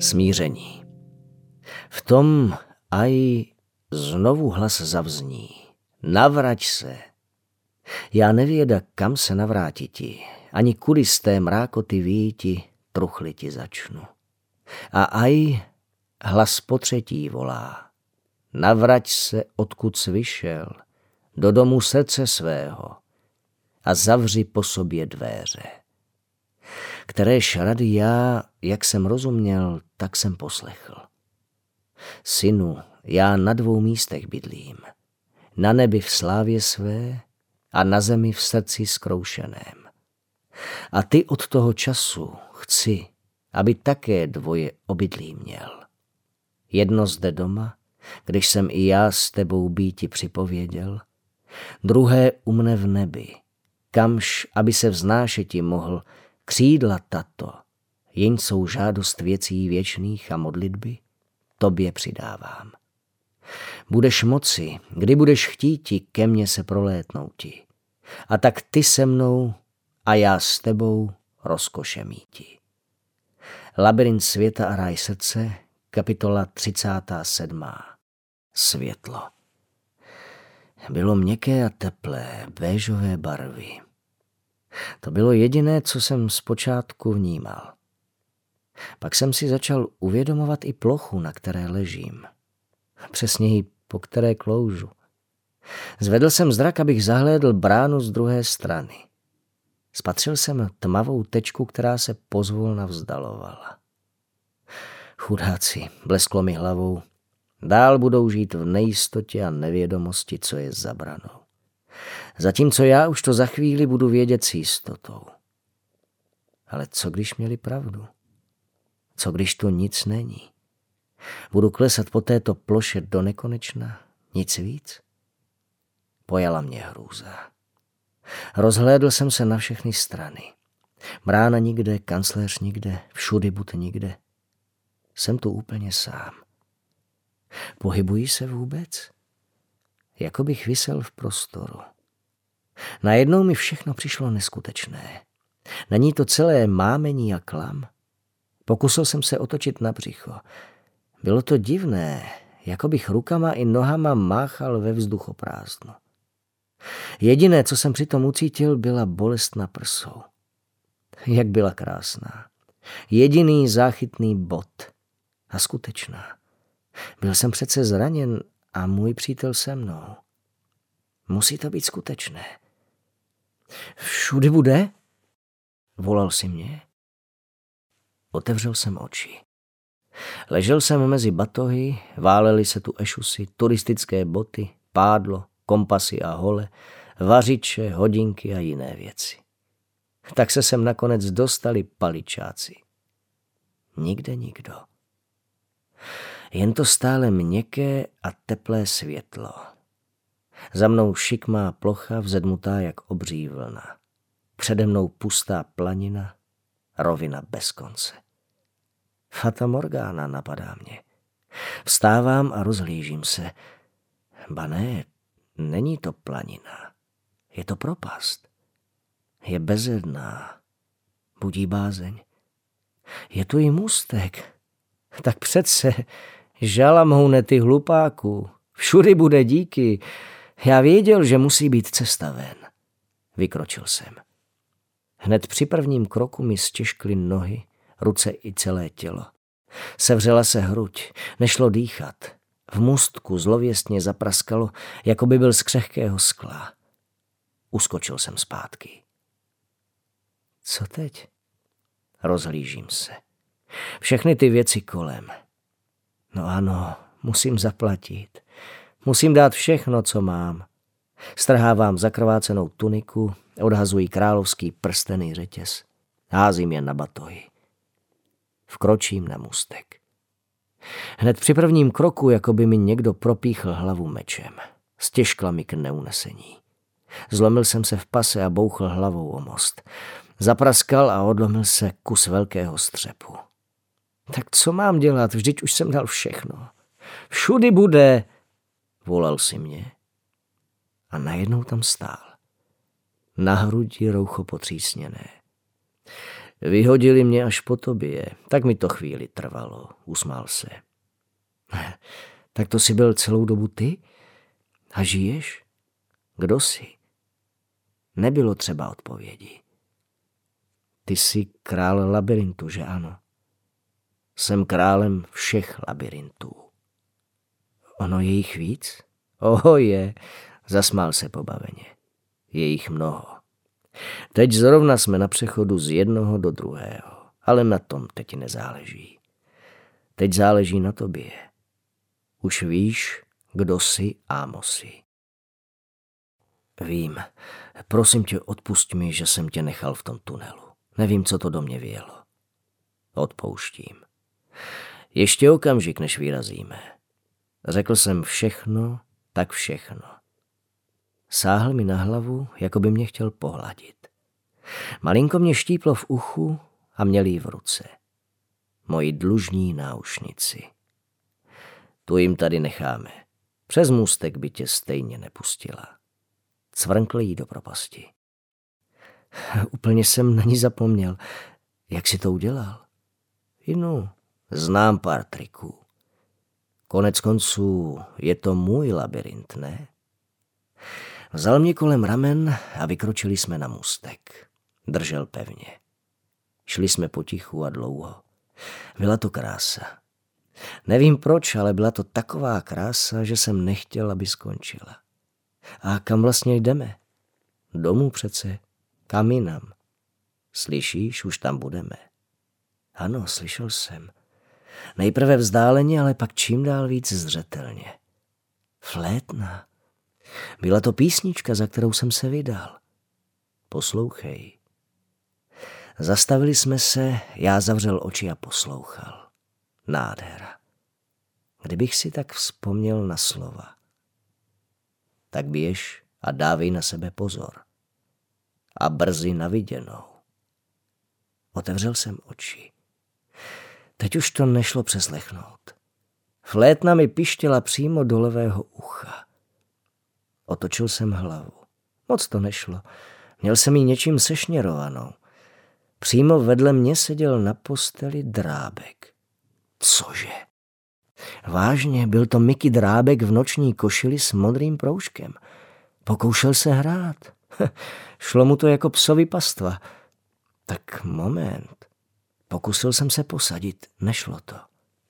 Smíření. V tom aj znovu hlas zavzní. Navrať se. Já nevěda, kam se navrátiti, ani kudy z té mrákoty výjiti, truchliti začnu. A aj hlas potřetí volá. Navrať se, odkud jsi vyšel, do domu srdce svého a zavři po sobě dvéře. Kteréž rady já, jak jsem rozuměl, tak jsem poslechl. Synu, já na 2 místech bydlím. Na nebi v slávě své a na zemi v srdci zkroušeném. A ty od toho času chci, aby také 2 obydlí měl. Jedno zde doma, když jsem i já s tebou býti připověděl, druhé u mne v nebi, kamž, aby se vznášeti mohl, křídla tato, jen jsou žádost věcí věčných a modlitby, tobě přidávám. Budeš moci, kdy budeš chtíti ke mně se prolétnouti, a tak ty se mnou a já s tebou rozkoše míti. Labyrint světa a ráj srdce, kapitola 37. Světlo. Bylo měkké a teplé, béžové barvy. To bylo jediné, co jsem zpočátku vnímal. Pak jsem si začal uvědomovat i plochu, na které ležím. Přesněji, po které kloužu. Zvedl jsem zrak, abych zahlédl bránu z druhé strany. Spatřil jsem tmavou tečku, která se pozvolna vzdalovala. Chudáci, blesklo mi hlavou. Dál budou žít v nejistotě a nevědomosti, co je za branou. Zatímco já už to za chvíli budu vědět s jistotou. Ale co když měli pravdu? Co když tu nic není? Budu klesat po této ploše do nekonečna? Nic víc? Pojala mě hrůza. Rozhlédl jsem se na všechny strany. Brána nikde, kancléř nikde, všudy bud nikde. Jsem tu úplně sám. Pohybuji se vůbec? Jako bych visel v prostoru. Najednou mi všechno přišlo neskutečné. Není to celé mámení a klam? Pokusil jsem se otočit na břicho. Bylo to divné, jako bych rukama i nohama máchal ve vzduchoprázdnu. Jediné, co jsem přitom ucítil, byla bolest na prsou. Jak byla krásná. Jediný záchytný bod. A skutečná. Byl jsem přece zraněn a můj přítel se mnou. Musí to být skutečné. Všudy bude? Volal si mě. Otevřel jsem oči. Ležel jsem mezi batohy, válely se tu ešusy, turistické boty, pádlo, kompasy a hole, vařiče, hodinky a jiné věci. Tak se sem nakonec dostali paličáci. Nikde nikdo. Jen to stále měkké a teplé světlo. Za mnou šikmá plocha vzedmutá jak obří vlna. Přede mnou pustá planina, rovina bez konce. Fata Morgana napadá mě. Vstávám a rozhlížím se. Ba ne, není to planina. Je to propast. Je bezedná. Budí bázeň. Je tu i můstek. Tak přece, žalamoune ty hlupáků. Všudy bude díky. Já věděl, že musí být cesta ven. Vykročil jsem. Hned při prvním kroku mi stěžkly nohy, ruce i celé tělo. Sevřela se hruď, nešlo dýchat. V můstku zlověstně zapraskalo, jako by byl z křehkého skla. Uskočil jsem zpátky. Co teď? Rozhlížím se. Všechny ty věci kolem. No ano, musím zaplatit. Musím dát všechno, co mám. Strhávám zakrvácenou tuniku, odhazuji královský prstený řetěz. Házím je na batohy. Vkročím na můstek. Hned při prvním kroku, jako by mi někdo propíchl hlavu mečem. Stěžkla mi k neunesení. Zlomil jsem se v pase a bouchl hlavou o most. Zapraskal a odlomil se kus velkého střepu. Tak co mám dělat? Vždyť už jsem dal všechno. Všudy bude, volal si mě. A najednou tam stál. Na hrudi roucho potřísněné. Vyhodili mě až po tobě, tak mi to chvíli trvalo, usmál se. Tak to jsi byl celou dobu ty? A žiješ? Kdo jsi? Nebylo třeba odpovědi. Ty jsi král labirintu, že ano? Jsem králem všech labirintů. Ono je jich víc? Oho je, zasmál se pobaveně. Je jich mnoho. Teď zrovna jsme na přechodu z jednoho do druhého, ale na tom teď nezáleží. Teď záleží na tobě. Už víš, kdo jsi, Ámosi. Vím. Prosím tě, odpusť mi, že jsem tě nechal v tom tunelu. Nevím, co to do mě vyjelo. Odpouštím. Ještě okamžik, než vyrazíme. Řekl jsem všechno, tak všechno. Sáhl mi na hlavu, jako by mě chtěl pohladit. Malinko mě štíplo v uchu a měl jí v ruce. Moji dlužní náušnici. Tu jim tady necháme. Přes můstek by tě stejně nepustila. Cvrnkl jí do propasti. Úplně jsem na ní zapomněl. Jak jsi to udělal? Jinu, znám pár triků. Konec konců je to můj labirint, ne? Vzal mě kolem ramen a vykročili jsme na můstek. Držel pevně. Šli jsme potichu a dlouho. Byla to krása. Nevím proč, ale byla to taková krása, že jsem nechtěl, aby skončila. A kam vlastně jdeme? Domů přece. Kam jinam? Slyšíš, už tam budeme. Ano, slyšel jsem. Nejprve vzdáleně, ale pak čím dál víc zřetelně. Flétna. Byla to písnička, za kterou jsem se vydal. Poslouchej. Zastavili jsme se, já zavřel oči a poslouchal. Nádhera. Kdybych si tak vzpomněl na slova. Tak běž a dávej na sebe pozor. A brzy na viděnou. Otevřel jsem oči. Teď už to nešlo přeslechnout. Flétna mi pištěla přímo do levého ucha. Otočil jsem hlavu. Moc to nešlo. Měl jsem ji něčím sešněrovanou. Přímo vedle mě seděl na posteli Drábek. Cože? Vážně, byl to Mickey Drábek v noční košili s modrým proužkem. Pokoušel se hrát. Šlo mu to jako psovi pastva. Tak moment. Pokusil jsem se posadit. Nešlo to.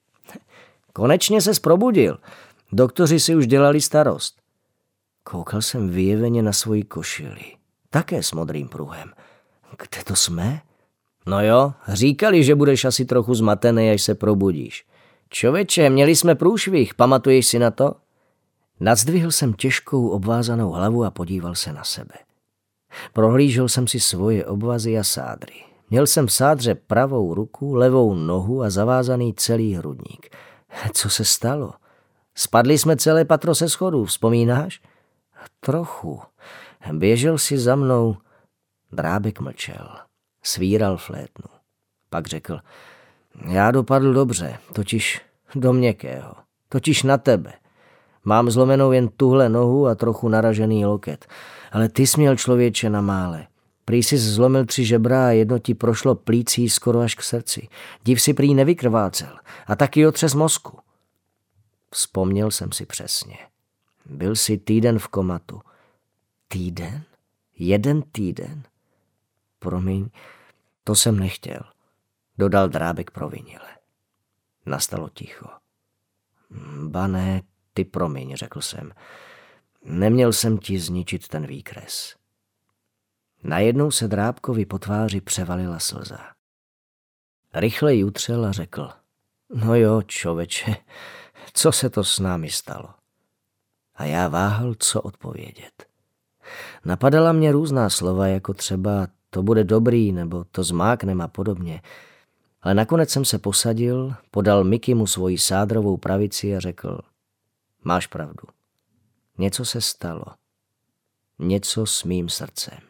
Konečně ses probudil. Doktoři si už dělali starost. Koukal jsem vyjeveně na svoji košili. Také s modrým pruhem. Kde to jsme? No jo, říkali, že budeš asi trochu zmatený, až se probudíš. Čověče, měli jsme průšvih, pamatuješ si na to? Nadzvihl jsem těžkou obvázanou hlavu a podíval se na sebe. Prohlížel jsem si svoje obvazy a sádry. Měl jsem v sádře pravou ruku, levou nohu a zavázaný celý hrudník. Co se stalo? Spadli jsme celé patro se schodů, vzpomínáš? Trochu. Běžel si za mnou. Drábek mlčel. Svíral flétnu. Pak řekl, já dopadl dobře, totiž do měkkého, totiž na tebe. Mám zlomenou jen tuhle nohu a trochu naražený loket, ale ty jsi měl, člověče, na mále. Prý jsi zlomil 3 žebra a jedno ti prošlo plící skoro až k srdci. Div si prý nevykrvácel a taky otřes mozku. Vzpomněl jsem si přesně. Byl jsi týden v komatu. Týden? 1 týden? Promiň, to jsem nechtěl, dodal Drábek provinile. Nastalo ticho. Ba ne, ty promiň, řekl jsem. Neměl jsem ti zničit ten výkres. Najednou se Drábkovi po tváři převalila slza. Rychle ji utřel a řekl, no jo, čověče, co se to s námi stalo? A já váhal, co odpovědět. Napadala mě různá slova, jako třeba to bude dobrý, nebo to zmáknem a podobně. Ale nakonec jsem se posadil, podal Mickeymu svoji sádrovou pravici a řekl, máš pravdu. Něco se stalo. Něco s mým srdcem.